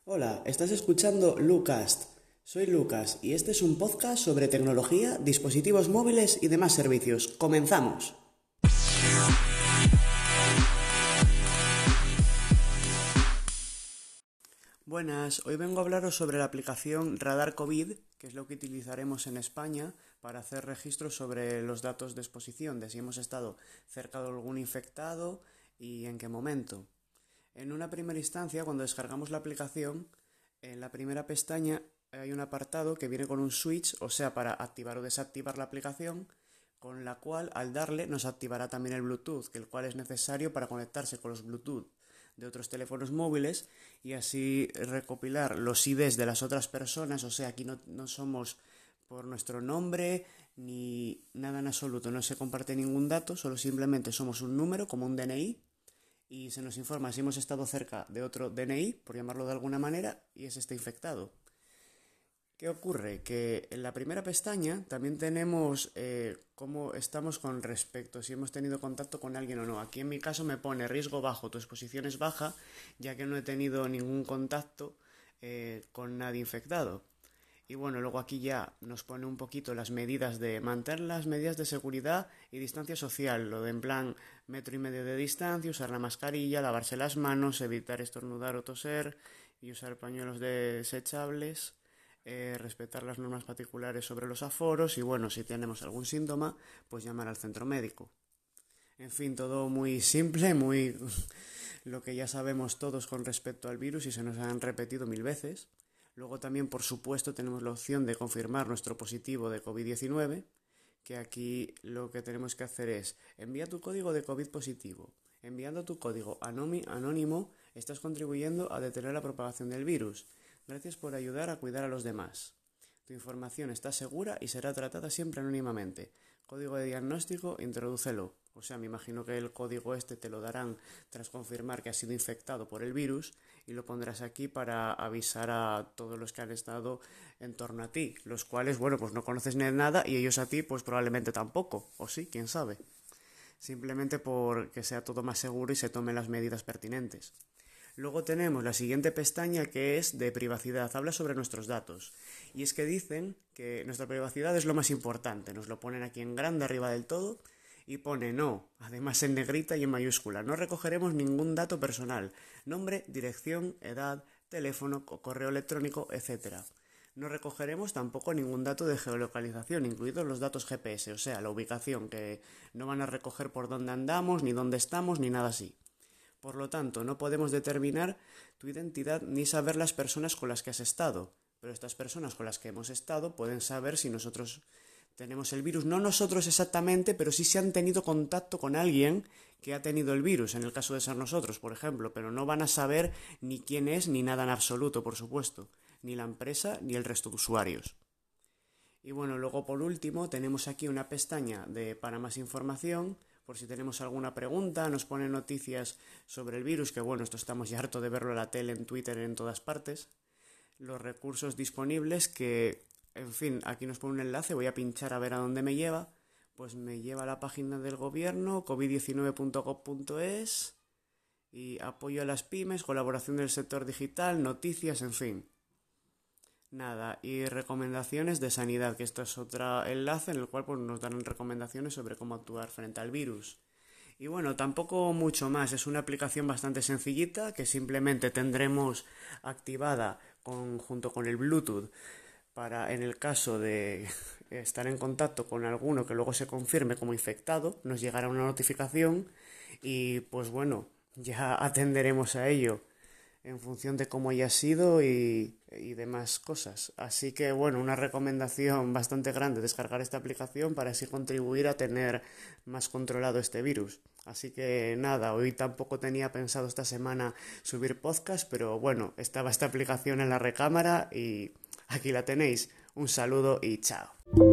Hola, estás escuchando Lucast. Soy Lucas y este es un podcast sobre tecnología, dispositivos móviles y demás servicios. ¡Comenzamos! Buenas, hoy vengo a hablaros sobre la aplicación Radar COVID, que es lo que utilizaremos en España para hacer registros sobre los datos de exposición, de si hemos estado cerca de algún infectado y en qué momento. En una primera instancia, cuando descargamos la aplicación, en la primera pestaña hay un apartado que viene con un switch, o sea, para activar o desactivar la aplicación, con la cual al darle nos activará también el Bluetooth, que el cual es necesario para conectarse con los Bluetooth de otros teléfonos móviles y así recopilar los IDs de las otras personas. O sea, aquí no somos por nuestro nombre ni nada en absoluto, no se comparte ningún dato, solo simplemente somos un número como un DNI y se nos informa si hemos estado cerca de otro DNI, por llamarlo de alguna manera, y es este infectado. ¿Qué ocurre? Que en la primera pestaña también tenemos cómo estamos con respecto si hemos tenido contacto con alguien o no. Aquí en mi caso me pone riesgo bajo, tu exposición es baja, ya que no he tenido ningún contacto con nadie infectado. Y bueno, luego aquí ya nos pone un poquito las medidas de mantener las medidas de seguridad y distancia social, lo de en plan 1,5 metros de distancia, usar la mascarilla, lavarse las manos, evitar estornudar o toser y usar pañuelos desechables, respetar las normas particulares sobre los aforos y bueno, si tenemos algún síntoma, pues llamar al centro médico. En fin, todo muy simple, muy lo que ya sabemos todos con respecto al virus y se nos han repetido 1000 veces. Luego también, por supuesto, tenemos la opción de confirmar nuestro positivo de COVID-19, que aquí lo que tenemos que hacer es envía tu código de COVID positivo. Enviando tu código anónimo, estás contribuyendo a detener la propagación del virus. Gracias por ayudar a cuidar a los demás. Tu información está segura y será tratada siempre anónimamente. Código de diagnóstico, introdúcelo. O sea, me imagino que el código este te lo darán tras confirmar que has sido infectado por el virus y lo pondrás aquí para avisar a todos los que han estado en torno a ti, los cuales, bueno, pues no conoces ni nada y ellos a ti, pues probablemente tampoco, o sí, quién sabe. Simplemente porque sea todo más seguro y se tomen las medidas pertinentes. Luego tenemos la siguiente pestaña que es de privacidad, habla sobre nuestros datos. Y es que dicen que nuestra privacidad es lo más importante, nos lo ponen aquí en grande arriba del todo y pone no, además en negrita y en mayúscula, no recogeremos ningún dato personal, nombre, dirección, edad, teléfono, correo electrónico, etc. No recogeremos tampoco ningún dato de geolocalización, incluidos los datos GPS, o sea, la ubicación, que no van a recoger por dónde andamos, ni dónde estamos, ni nada así. Por lo tanto, no podemos determinar tu identidad ni saber las personas con las que has estado, pero estas personas con las que hemos estado pueden saber si nosotros tenemos el virus, no nosotros exactamente, pero sí se han tenido contacto con alguien que ha tenido el virus, en el caso de ser nosotros, por ejemplo, pero no van a saber ni quién es ni nada en absoluto, por supuesto, ni la empresa ni el resto de usuarios. Y bueno, luego por último tenemos aquí una pestaña para más información, por si tenemos alguna pregunta, nos pone noticias sobre el virus, que bueno, esto estamos ya harto de verlo en la tele, en Twitter, en todas partes. Los recursos disponibles que, en fin, aquí nos pone un enlace, voy a pinchar a ver a dónde me lleva. Pues me lleva a la página del gobierno, covid19.gov.es y apoyo a las pymes, colaboración del sector digital, noticias, en fin. Nada, y recomendaciones de sanidad, que esto es otro enlace en el cual pues, nos dan recomendaciones sobre cómo actuar frente al virus. Y bueno, tampoco mucho más, es una aplicación bastante sencillita que simplemente tendremos activada junto con el Bluetooth para, en el caso de estar en contacto con alguno que luego se confirme como infectado, nos llegará una notificación y pues bueno, ya atenderemos a ello en función de cómo haya sido y demás cosas. Así que bueno, una recomendación bastante grande, descargar esta aplicación para así contribuir a tener más controlado este virus. Así que nada, hoy tampoco tenía pensado esta semana subir podcast, pero bueno, estaba esta aplicación en la recámara y aquí la tenéis. Un saludo y chao.